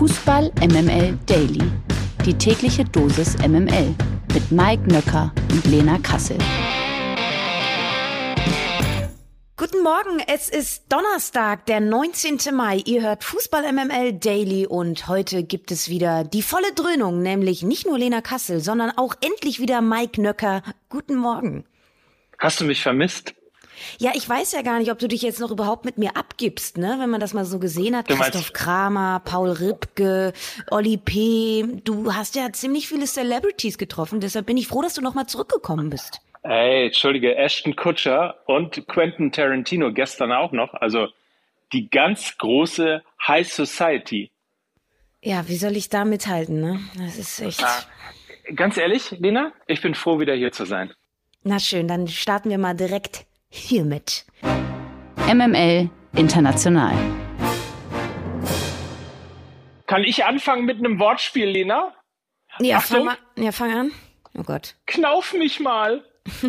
Fußball MML Daily. Die tägliche Dosis MML mit Mike Nöcker und Lena Kassel. Guten Morgen, es ist Donnerstag, der 19. Mai. Ihr hört Fußball MML Daily und heute gibt es wieder die volle Dröhnung, nämlich nicht nur Lena Kassel, sondern auch endlich wieder Mike Nöcker. Guten Morgen. Hast du mich vermisst? Ja, ich weiß ja gar nicht, ob du dich jetzt noch überhaupt mit mir abgibst, ne? Wenn man das mal so gesehen hat. Christoph Kramer, Paul Ripke, Oli P. Du hast ja ziemlich viele Celebrities getroffen, deshalb bin ich froh, dass du nochmal zurückgekommen bist. Ey, entschuldige, Ashton Kutcher und Quentin Tarantino gestern auch noch. Also die ganz große High Society. Ja, wie soll ich da mithalten, ne? Das ist echt... Ganz ehrlich, Lena, ich bin froh, wieder hier zu sein. Na schön, dann starten wir mal direkt hiermit. MML International. Kann ich anfangen mit einem Wortspiel, Lena? Ja, fang an. Oh Gott. Knauf mich mal.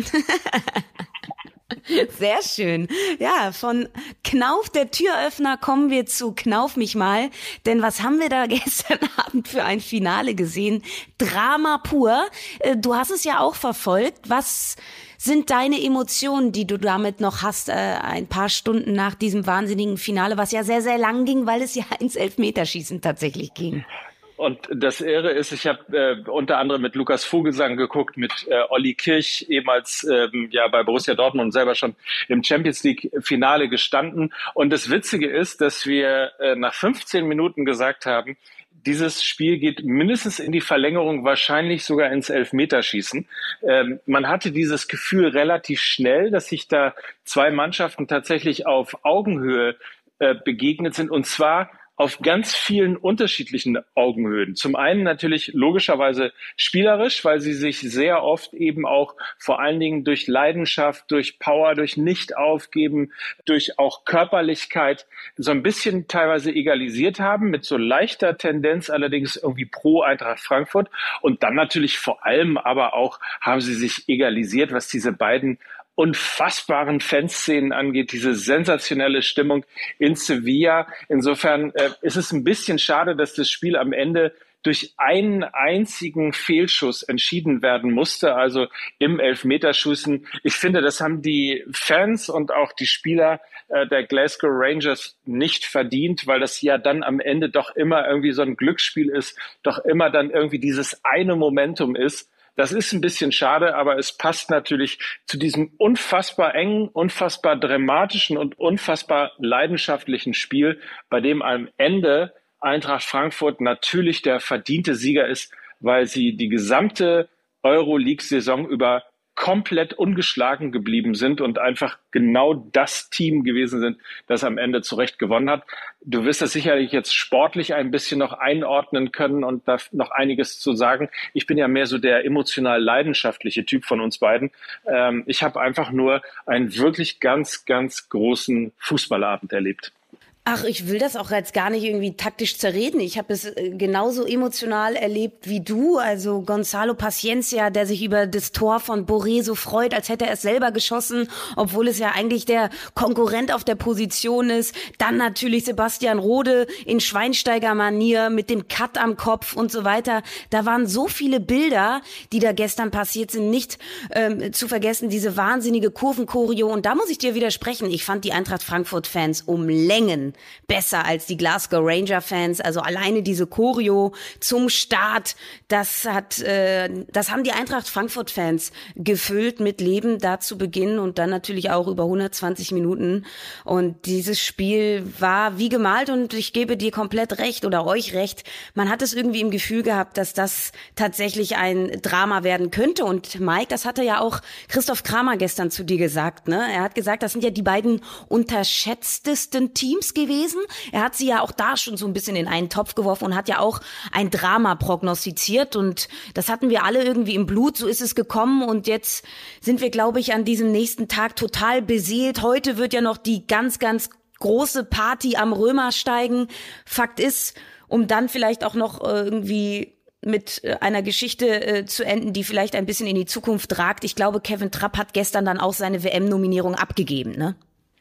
Sehr schön. Ja, von Knauf der Türöffner kommen wir zu Knauf mich mal. Denn was haben wir da gestern Abend für ein Finale gesehen? Drama pur. Du hast es ja auch verfolgt. Was sind deine Emotionen, die du damit noch hast, ein paar Stunden nach diesem wahnsinnigen Finale, was ja sehr, sehr lang ging, weil es ja ins Elfmeterschießen tatsächlich ging? Und das Irre ist, ich habe unter anderem mit Lukas Vogelsang geguckt, mit Olli Kirch, ehemals bei Borussia Dortmund und selber schon im Champions-League-Finale gestanden. Und das Witzige ist, dass wir nach 15 Minuten gesagt haben, dieses Spiel geht mindestens in die Verlängerung, wahrscheinlich sogar ins Elfmeterschießen. Man hatte dieses Gefühl relativ schnell, dass sich da zwei Mannschaften tatsächlich auf Augenhöhe begegnet sind, und zwar auf ganz vielen unterschiedlichen Augenhöhen. Zum einen natürlich logischerweise spielerisch, weil sie sich sehr oft eben auch vor allen Dingen durch Leidenschaft, durch Power, durch Nicht-Aufgeben, durch auch Körperlichkeit so ein bisschen teilweise egalisiert haben, mit so leichter Tendenz allerdings irgendwie pro Eintracht Frankfurt. Und dann natürlich vor allem aber auch haben sie sich egalisiert, was diese beiden unfassbaren Fanszenen angeht, diese sensationelle Stimmung in Sevilla. Insofern ist es ein bisschen schade, dass das Spiel am Ende durch einen einzigen Fehlschuss entschieden werden musste, also im Elfmeterschießen. Ich finde, das haben die Fans und auch die Spieler der Glasgow Rangers nicht verdient, weil das ja dann am Ende doch immer irgendwie so ein Glücksspiel ist, doch immer dann irgendwie dieses eine Momentum ist. Das ist ein bisschen schade, aber es passt natürlich zu diesem unfassbar engen, unfassbar dramatischen und unfassbar leidenschaftlichen Spiel, bei dem am Ende Eintracht Frankfurt natürlich der verdiente Sieger ist, weil sie die gesamte Euroleague-Saison über komplett ungeschlagen geblieben sind und einfach genau das Team gewesen sind, das am Ende zu Recht gewonnen hat. Du wirst das sicherlich jetzt sportlich ein bisschen noch einordnen können und da noch einiges zu sagen. Ich bin ja mehr so der emotional leidenschaftliche Typ von uns beiden. Ich habe einfach nur einen wirklich ganz, ganz großen Fußballabend erlebt. Ach, ich will das auch jetzt gar nicht irgendwie taktisch zerreden. Ich habe es genauso emotional erlebt wie du. Also Gonzalo Paciencia, der sich über das Tor von Borré so freut, als hätte er es selber geschossen, obwohl es ja eigentlich der Konkurrent auf der Position ist. Dann natürlich Sebastian Rode in Schweinsteiger-Manier mit dem Cut am Kopf und so weiter. Da waren so viele Bilder, die da gestern passiert sind. Nicht zu vergessen, diese wahnsinnige Kurvenchoreo. Und da muss ich dir widersprechen. Ich fand die Eintracht Frankfurt-Fans um Längen besser als die Glasgow Ranger-Fans. Also alleine diese Choreo zum Start, das haben die Eintracht Frankfurt-Fans gefüllt mit Leben da zu Beginn und dann natürlich auch über 120 Minuten. Und dieses Spiel war wie gemalt und ich gebe dir komplett recht oder euch recht. Man hat es irgendwie im Gefühl gehabt, dass das tatsächlich ein Drama werden könnte. Und Mike, das hatte ja auch Christoph Kramer gestern zu dir gesagt, ne? Er hat gesagt, das sind ja die beiden unterschätztesten Teams gewesen. Er hat sie ja auch da schon so ein bisschen in einen Topf geworfen und hat ja auch ein Drama prognostiziert und das hatten wir alle irgendwie im Blut. So ist es gekommen und jetzt sind wir, glaube ich, an diesem nächsten Tag total beseelt. Heute wird ja noch die ganz, ganz große Party am Römer steigen. Fakt ist, um dann vielleicht auch noch irgendwie mit einer Geschichte zu enden, die vielleicht ein bisschen in die Zukunft ragt. Ich glaube, Kevin Trapp hat gestern dann auch seine WM-Nominierung abgegeben, ne?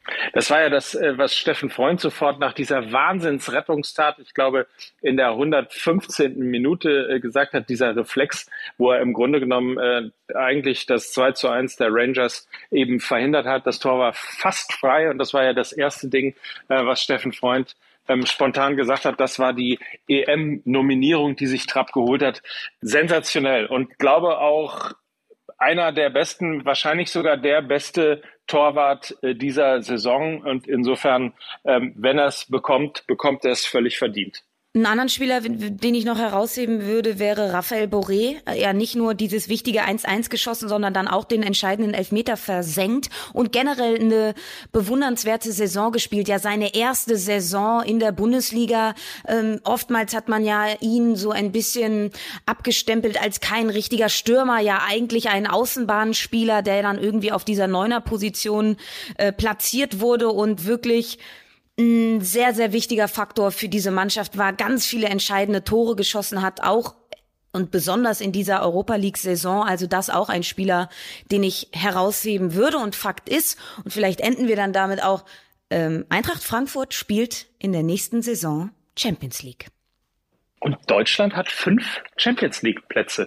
Das war ja das, was Steffen Freund sofort nach dieser Wahnsinnsrettungstat, ich glaube, in der 115. Minute gesagt hat, dieser Reflex, wo er im Grunde genommen eigentlich das 2:1 der Rangers eben verhindert hat. Das Tor war fast frei und das war ja das erste Ding, was Steffen Freund spontan gesagt hat. Das war die EM-Nominierung, die sich Trapp geholt hat. Sensationell und glaube auch einer der besten, wahrscheinlich sogar der beste Torwart dieser Saison. Und insofern, wenn er es bekommt, bekommt er es völlig verdient. Einen anderen Spieler, den ich noch herausheben würde, wäre Raphael Borré. Er nicht nur dieses wichtige 1:1 geschossen, sondern dann auch den entscheidenden Elfmeter versenkt und generell eine bewundernswerte Saison gespielt. Ja, seine erste Saison in der Bundesliga. Oftmals hat man ja ihn so ein bisschen abgestempelt als kein richtiger Stürmer, ja eigentlich ein Außenbahnspieler, der dann irgendwie auf dieser Neuner-Position platziert wurde und wirklich ein sehr, sehr wichtiger Faktor für diese Mannschaft war, ganz viele entscheidende Tore geschossen hat, auch und besonders in dieser Europa-League-Saison. Also das auch ein Spieler, den ich herausheben würde. Und Fakt ist, und vielleicht enden wir dann damit auch, Eintracht Frankfurt spielt in der nächsten Saison Champions League. Und Deutschland hat 5 Champions League-Plätze.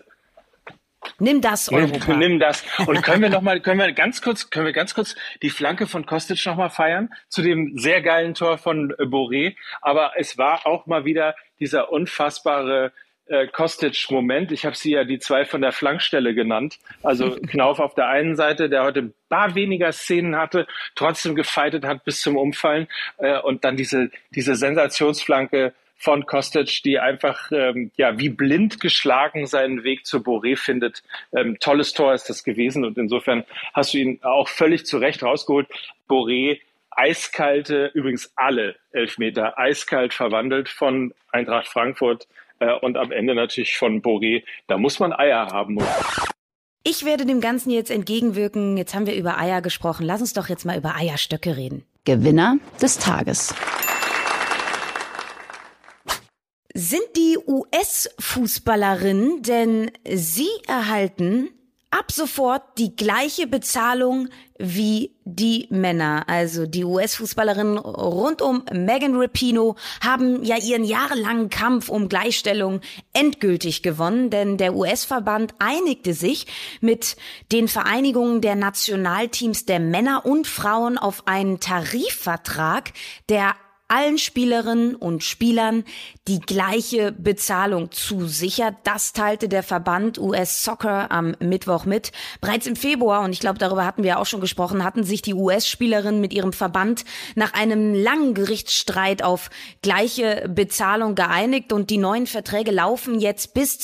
Nimm das, Europa. Nimm das. Und können wir ganz kurz die Flanke von Kostic nochmal feiern zu dem sehr geilen Tor von Borré. Aber es war auch mal wieder dieser unfassbare Kostic-Moment. Ich habe sie ja die 2 von der Flankstelle genannt. Also Knauf auf der einen Seite, der heute ein paar weniger Szenen hatte, trotzdem gefeitet hat bis zum Umfallen. Und dann diese Sensationsflanke von Kostic, die einfach wie blind geschlagen seinen Weg zu Borré findet. Tolles Tor ist das gewesen und insofern hast du ihn auch völlig zu Recht rausgeholt. Borré, übrigens alle Elfmeter, eiskalt verwandelt von Eintracht Frankfurt und am Ende natürlich von Borré. Da muss man Eier haben. Ich werde dem Ganzen jetzt entgegenwirken. Jetzt haben wir über Eier gesprochen. Lass uns doch jetzt mal über Eierstöcke reden. Gewinner des Tages sind die US-Fußballerinnen, denn sie erhalten ab sofort die gleiche Bezahlung wie die Männer. Also die US-Fußballerinnen rund um Megan Rapinoe haben ja ihren jahrelangen Kampf um Gleichstellung endgültig gewonnen, denn der US-Verband einigte sich mit den Vereinigungen der Nationalteams der Männer und Frauen auf einen Tarifvertrag, der allen Spielerinnen und Spielern die gleiche Bezahlung zusichert. Das teilte der Verband US Soccer am Mittwoch mit. Bereits im Februar, und ich glaube, darüber hatten wir auch schon gesprochen, hatten sich die US-Spielerinnen mit ihrem Verband nach einem langen Gerichtsstreit auf gleiche Bezahlung geeinigt und die neuen Verträge laufen jetzt bis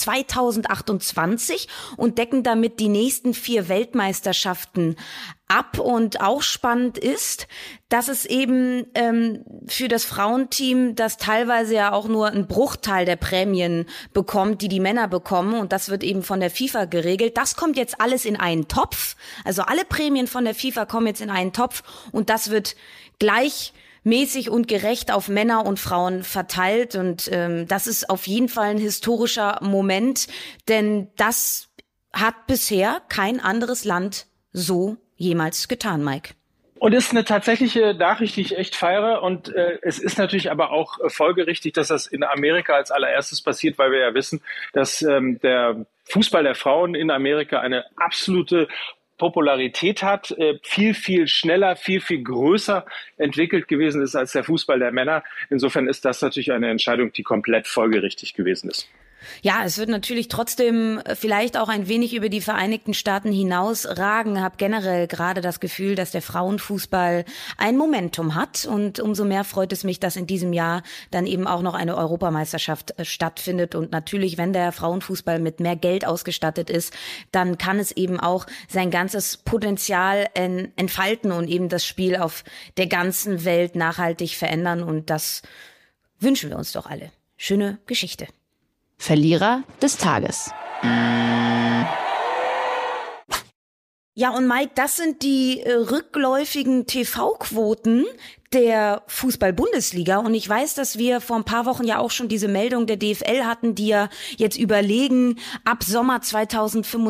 2028 und decken damit die nächsten 4 Weltmeisterschaften ab. Und auch spannend ist, dass es eben für das Frauenteam, das teilweise ja auch nur einen Bruchteil der Prämien bekommt, die die Männer bekommen, und das wird eben von der FIFA geregelt. Das kommt jetzt alles in einen Topf. Also alle Prämien von der FIFA kommen jetzt in einen Topf und das wird gleichmäßig und gerecht auf Männer und Frauen verteilt. Und das ist auf jeden Fall ein historischer Moment, denn das hat bisher kein anderes Land so jemals getan, Mike. Und ist eine tatsächliche Nachricht, die ich echt feiere. Und es ist natürlich aber auch folgerichtig, dass das in Amerika als allererstes passiert, weil wir ja wissen, dass der Fußball der Frauen in Amerika eine absolute Popularität hat, viel, viel schneller, viel, viel größer entwickelt gewesen ist als der Fußball der Männer. Insofern ist das natürlich eine Entscheidung, die komplett folgerichtig gewesen ist. Ja, es wird natürlich trotzdem vielleicht auch ein wenig über die Vereinigten Staaten hinausragen. Hab generell gerade das Gefühl, dass der Frauenfußball ein Momentum hat und umso mehr freut es mich, dass in diesem Jahr dann eben auch noch eine Europameisterschaft stattfindet und natürlich, wenn der Frauenfußball mit mehr Geld ausgestattet ist, dann kann es eben auch sein ganzes Potenzial entfalten und eben das Spiel auf der ganzen Welt nachhaltig verändern und das wünschen wir uns doch alle. Schöne Geschichte. Verlierer des Tages. Ja, und Mike, das sind die rückläufigen TV-Quoten der Fußball-Bundesliga. Und ich weiß, dass wir vor ein paar Wochen ja auch schon diese Meldung der DFL hatten, die ja jetzt überlegen, ab Sommer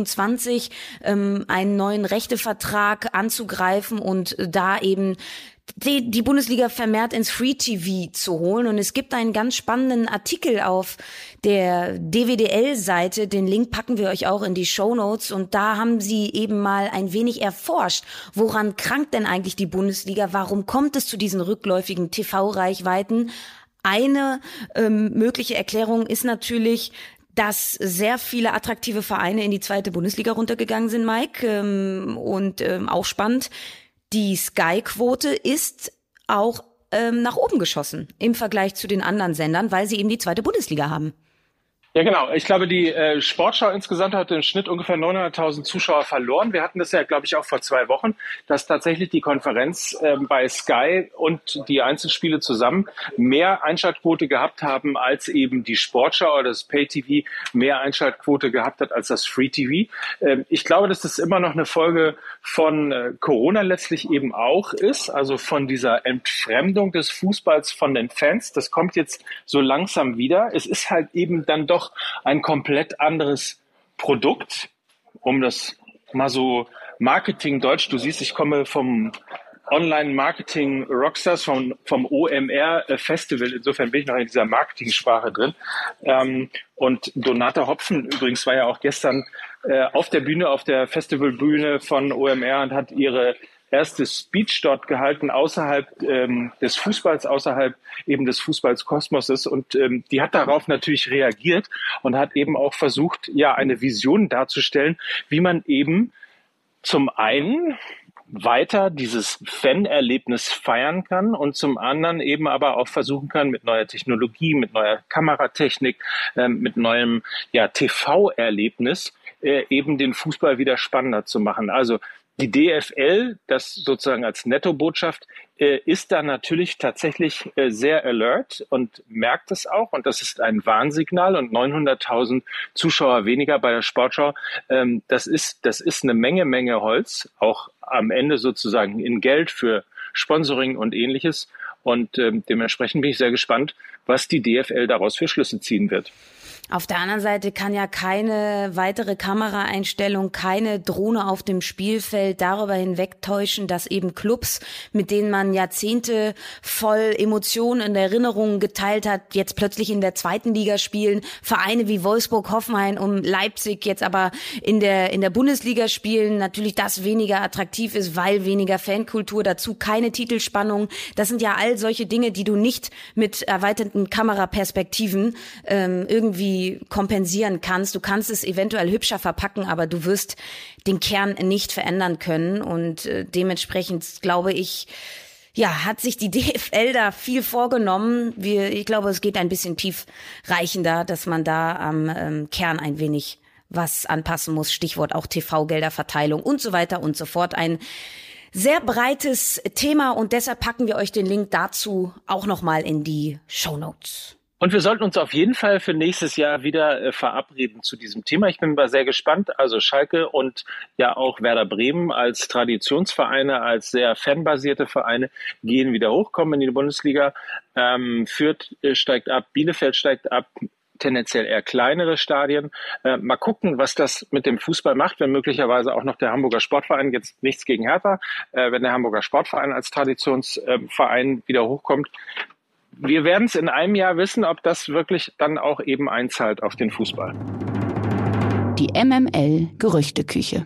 2025 einen neuen Rechtevertrag anzugreifen und da eben die Bundesliga vermehrt ins Free-TV zu holen. Und es gibt einen ganz spannenden Artikel auf der DWDL-Seite. Den Link packen wir euch auch in die Shownotes. Und da haben sie eben mal ein wenig erforscht, woran krankt denn eigentlich die Bundesliga? Warum kommt es zu diesen rückläufigen TV-Reichweiten? Eine mögliche Erklärung ist natürlich, dass sehr viele attraktive Vereine in die zweite Bundesliga runtergegangen sind, Mike. Und auch spannend, die Sky-Quote ist auch nach oben geschossen im Vergleich zu den anderen Sendern, weil sie eben die zweite Bundesliga haben. Ja, genau. Ich glaube, die Sportschau insgesamt hat im Schnitt ungefähr 900.000 Zuschauer verloren. Wir hatten das ja, glaube ich, auch vor 2 Wochen, dass tatsächlich die Konferenz bei Sky und die Einzelspiele zusammen mehr Einschaltquote gehabt haben, als eben die Sportschau oder das Pay-TV mehr Einschaltquote gehabt hat als das Free-TV. Ich glaube, dass das immer noch eine Folge von Corona letztlich eben auch ist, also von dieser Entfremdung des Fußballs von den Fans. Das kommt jetzt so langsam wieder. Es ist halt eben dann doch ein komplett anderes Produkt, um das mal so Marketing-Deutsch, du siehst, ich komme vom Online-Marketing Rockstars, vom OMR-Festival, insofern bin ich noch in dieser Marketing-Sprache drin. Und Donata Hopfen übrigens war ja auch gestern auf der Bühne, auf der Festivalbühne von OMR und hat ihre erste Speech dort gehalten, außerhalb des Fußballs, außerhalb eben des Fußballskosmoses. Und die hat darauf natürlich reagiert und hat eben auch versucht, ja, eine Vision darzustellen, wie man eben zum einen weiter dieses Fan-Erlebnis feiern kann und zum anderen eben aber auch versuchen kann, mit neuer Technologie, mit neuer Kameratechnik, mit neuem TV-Erlebnis eben den Fußball wieder spannender zu machen. Also die DFL, das sozusagen als Nettobotschaft, ist da natürlich tatsächlich sehr alert und merkt es auch. Und das ist ein Warnsignal. Und 900.000 Zuschauer weniger bei der Sportschau, das ist eine Menge Holz, auch am Ende sozusagen in Geld für Sponsoring und Ähnliches. Und dementsprechend bin ich sehr gespannt, was die DFL daraus für Schlüsse ziehen wird. Auf der anderen Seite kann ja keine weitere Kameraeinstellung, keine Drohne auf dem Spielfeld darüber hinwegtäuschen, dass eben Clubs, mit denen man Jahrzehnte voll Emotionen in Erinnerungen geteilt hat, jetzt plötzlich in der zweiten Liga spielen. Vereine wie Wolfsburg, Hoffenheim und Leipzig jetzt aber in der Bundesliga spielen. Natürlich das weniger attraktiv ist, weil weniger Fankultur, dazu keine Titelspannung. Das sind ja all solche Dinge, die du nicht mit erweiterten Kameraperspektiven irgendwie kompensieren kannst. Du kannst es eventuell hübscher verpacken, aber du wirst den Kern nicht verändern können. Und dementsprechend glaube ich, ja, hat sich die DFL da viel vorgenommen. Ich glaube, es geht ein bisschen tiefreichender, dass man da am Kern ein wenig was anpassen muss. Stichwort auch TV-Gelderverteilung und so weiter und so fort. Ein sehr breites Thema und deshalb packen wir euch den Link dazu auch nochmal in die Shownotes. Und wir sollten uns auf jeden Fall für nächstes Jahr wieder verabreden zu diesem Thema. Ich bin mal sehr gespannt. Also Schalke und ja auch Werder Bremen als Traditionsvereine, als sehr fanbasierte Vereine gehen wieder hoch, kommen in die Bundesliga. Fürth steigt ab, Bielefeld steigt ab, tendenziell eher kleinere Stadien. Mal gucken, was das mit dem Fußball macht, wenn möglicherweise auch noch der Hamburger Sportverein, jetzt nichts gegen Hertha, wenn der Hamburger Sportverein als Traditionsverein wieder hochkommt. Wir werden es in einem Jahr wissen, ob das wirklich dann auch eben einzahlt auf den Fußball. Die MML-Gerüchteküche.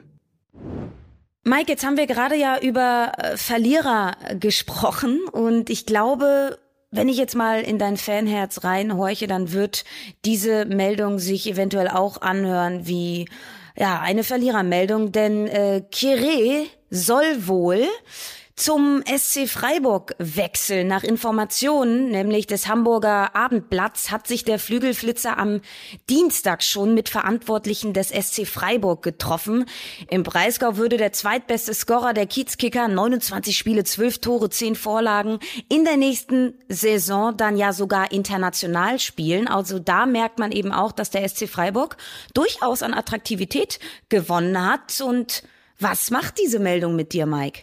Mike, jetzt haben wir gerade ja über Verlierer gesprochen und ich glaube, wenn ich jetzt mal in dein Fanherz reinhorche, dann wird diese Meldung sich eventuell auch anhören wie eine Verlierermeldung, denn Kéré soll wohl zum SC Freiburg wechseln. Nach Informationen, nämlich des Hamburger Abendblatts, hat sich der Flügelflitzer am Dienstag schon mit Verantwortlichen des SC Freiburg getroffen. Im Breisgau würde der zweitbeste Scorer der Kiezkicker, 29 Spiele, 12 Tore, 10 Vorlagen, in der nächsten Saison dann ja sogar international spielen. Also da merkt man eben auch, dass der SC Freiburg durchaus an Attraktivität gewonnen hat. Und was macht diese Meldung mit dir, Mike?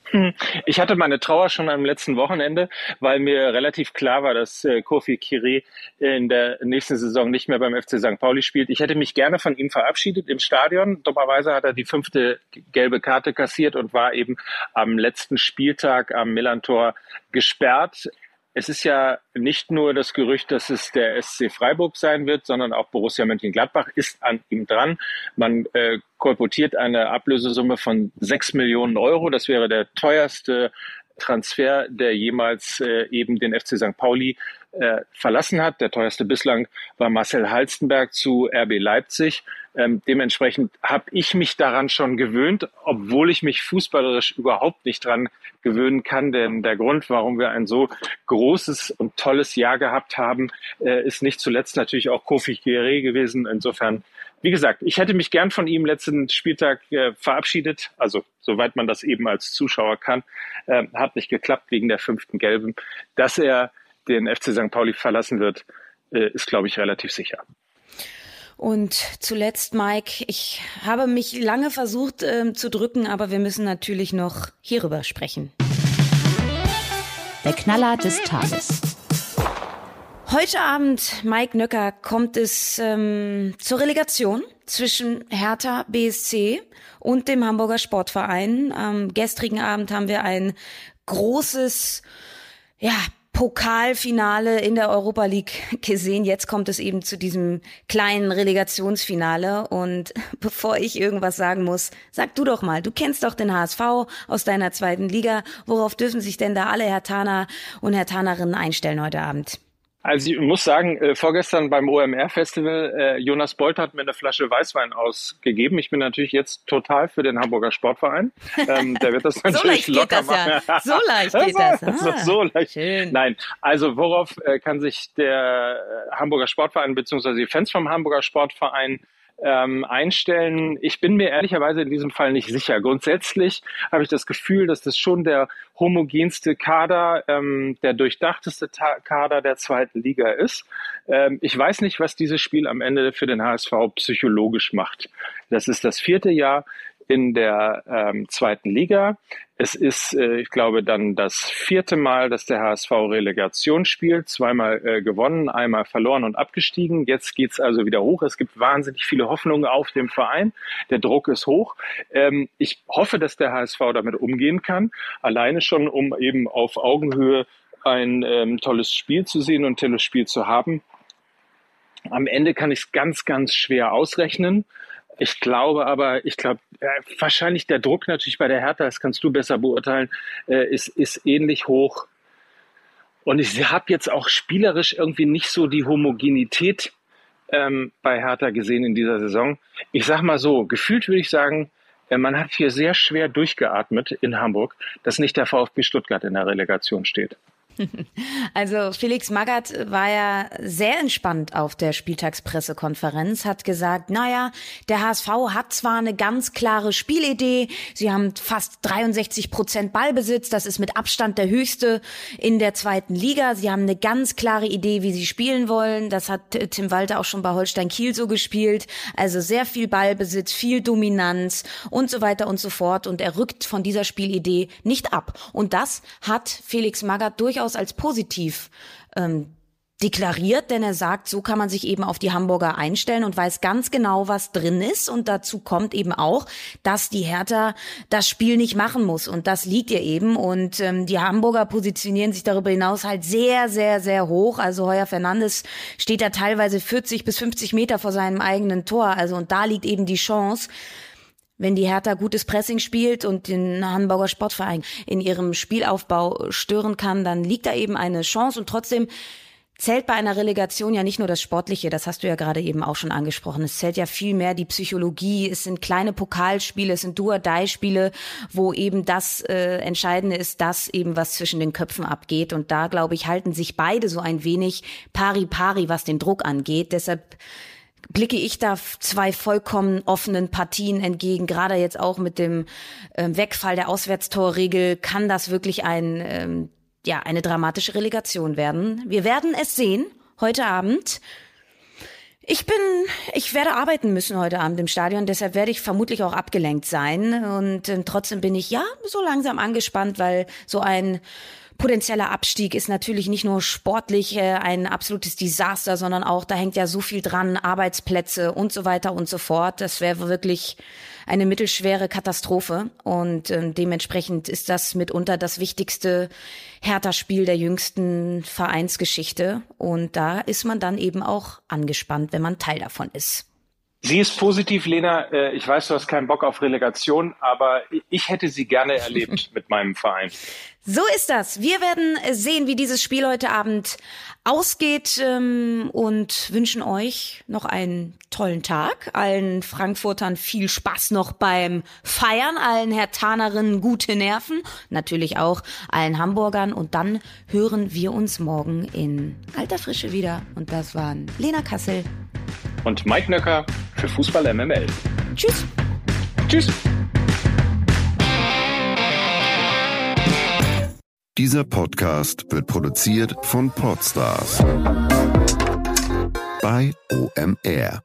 Ich hatte meine Trauer schon am letzten Wochenende, weil mir relativ klar war, dass Kofi Kire in der nächsten Saison nicht mehr beim FC St. Pauli spielt. Ich hätte mich gerne von ihm verabschiedet im Stadion. Dummerweise hat er die 5. gelbe Karte kassiert und war eben am letzten Spieltag am Millerntor gesperrt. Es ist ja nicht nur das Gerücht, dass es der SC Freiburg sein wird, sondern auch Borussia Mönchengladbach ist an ihm dran. Man kolportiert eine Ablösesumme von 6 Millionen Euro. Das wäre der teuerste Transfer, der jemals eben den FC St. Pauli verlassen hat. Der teuerste bislang war Marcel Halstenberg zu RB Leipzig. Dementsprechend habe ich mich daran schon gewöhnt, obwohl ich mich fußballerisch überhaupt nicht dran gewöhnen kann. Denn der Grund, warum wir ein so großes und tolles Jahr gehabt haben, ist nicht zuletzt natürlich auch Kofi Kire gewesen. Insofern, wie gesagt, ich hätte mich gern von ihm letzten Spieltag verabschiedet. Also soweit man das eben als Zuschauer kann. Hat nicht geklappt wegen der 5. Gelben. Dass er den FC St. Pauli verlassen wird, ist, glaube ich, relativ sicher. Und zuletzt, Mike, ich habe mich lange versucht zu drücken, aber wir müssen natürlich noch hierüber sprechen. Der Knaller des Tages. Heute Abend, Mike Nöcker, kommt es zur Relegation zwischen Hertha BSC und dem Hamburger Sportverein. Am gestrigen Abend haben wir ein großes, Pokalfinale in der Europa League gesehen. Jetzt kommt es eben zu diesem kleinen Relegationsfinale. Und bevor ich irgendwas sagen muss, sag du doch mal, du kennst doch den HSV aus deiner 2. Liga. Worauf dürfen sich denn da alle Herthaner und Herthanerinnen einstellen heute Abend? Also ich muss sagen, vorgestern beim OMR-Festival, Jonas Bolt hat mir eine Flasche Weißwein ausgegeben. Ich bin natürlich jetzt total für den Hamburger Sportverein. Der wird das natürlich locker machen. So leicht geht das. So leicht. Schön. Nein, also worauf kann sich der Hamburger Sportverein bzw. die Fans vom Hamburger Sportverein einstellen? Ich bin mir ehrlicherweise in diesem Fall nicht sicher. Grundsätzlich habe ich das Gefühl, dass das schon der homogenste Kader, der durchdachteste Kader der 2. Liga ist. Ich weiß nicht, was dieses Spiel am Ende für den HSV psychologisch macht. Das ist das 4. Jahr in der 2. Liga. Es ist, ich glaube, dann das 4. Mal, dass der HSV Relegation spielt. 2-mal gewonnen, 1-mal verloren und abgestiegen. Jetzt geht's also wieder hoch. Es gibt wahnsinnig viele Hoffnungen auf dem Verein. Der Druck ist hoch. Ich hoffe, dass der HSV damit umgehen kann. Alleine schon, um eben auf Augenhöhe ein tolles Spiel zu sehen und ein tolles Spiel zu haben. Am Ende kann ich es ganz, ganz schwer ausrechnen. Ich glaube, wahrscheinlich der Druck natürlich bei der Hertha, das kannst du besser beurteilen, ist ähnlich hoch. Und ich habe jetzt auch spielerisch irgendwie nicht so die Homogenität bei Hertha gesehen in dieser Saison. Ich sag mal so, gefühlt würde ich sagen, man hat hier sehr schwer durchgeatmet in Hamburg, dass nicht der VfB Stuttgart in der Relegation steht. Also Felix Magath war ja sehr entspannt auf der Spieltagspressekonferenz, hat gesagt, der HSV hat zwar eine ganz klare Spielidee, sie haben fast 63% Ballbesitz, das ist mit Abstand der höchste in der 2. Liga, sie haben eine ganz klare Idee, wie sie spielen wollen, das hat Tim Walter auch schon bei Holstein Kiel so gespielt, also sehr viel Ballbesitz, viel Dominanz und so weiter und so fort, und er rückt von dieser Spielidee nicht ab, und das hat Felix Magath durchaus als positiv deklariert, denn er sagt, so kann man sich eben auf die Hamburger einstellen und weiß ganz genau, was drin ist, und dazu kommt eben auch, dass die Hertha das Spiel nicht machen muss, und das liegt ihr eben, und die Hamburger positionieren sich darüber hinaus halt sehr, sehr, sehr hoch, also Heuer Fernandes steht da teilweise 40 bis 50 Meter vor seinem eigenen Tor, also, und da liegt eben die Chance. Wenn die Hertha gutes Pressing spielt und den Hamburger Sportverein in ihrem Spielaufbau stören kann, dann liegt da eben eine Chance, und trotzdem zählt bei einer Relegation ja nicht nur das Sportliche, das hast du ja gerade eben auch schon angesprochen, es zählt ja viel mehr die Psychologie, es sind kleine Pokalspiele, es sind Do-or-Die-Spiele, wo eben das Entscheidende ist, dass eben was zwischen den Köpfen abgeht, und da, glaube ich, halten sich beide so ein wenig pari-pari, was den Druck angeht, deshalb blicke ich da 2 vollkommen offenen Partien entgegen. Gerade jetzt auch mit dem Wegfall der Auswärtstorregel kann das wirklich eine dramatische Relegation werden. Wir werden es sehen heute Abend. Ich werde arbeiten müssen heute Abend im Stadion, deshalb werde ich vermutlich auch abgelenkt sein und trotzdem bin ich so langsam angespannt, weil so ein potenzieller Abstieg ist natürlich nicht nur sportlich ein absolutes Desaster, sondern auch, da hängt ja so viel dran, Arbeitsplätze und so weiter und so fort. Das wäre wirklich eine mittelschwere Katastrophe und dementsprechend ist das mitunter das wichtigste Hertha-Spiel der jüngsten Vereinsgeschichte und da ist man dann eben auch angespannt, wenn man Teil davon ist. Sie ist positiv, Lena. Ich weiß, du hast keinen Bock auf Relegation, aber ich hätte sie gerne erlebt mit meinem Verein. So ist das. Wir werden sehen, wie dieses Spiel heute Abend ausgeht und wünschen euch noch einen tollen Tag. Allen Frankfurtern viel Spaß noch beim Feiern, allen Herthanerinnen gute Nerven, natürlich auch allen Hamburgern. Und dann hören wir uns morgen in alter Frische wieder. Und das waren Lena Kassel und Mike Nöcker für Fußball MML. Tschüss. Tschüss. Dieser Podcast wird produziert von Podstars bei OMR.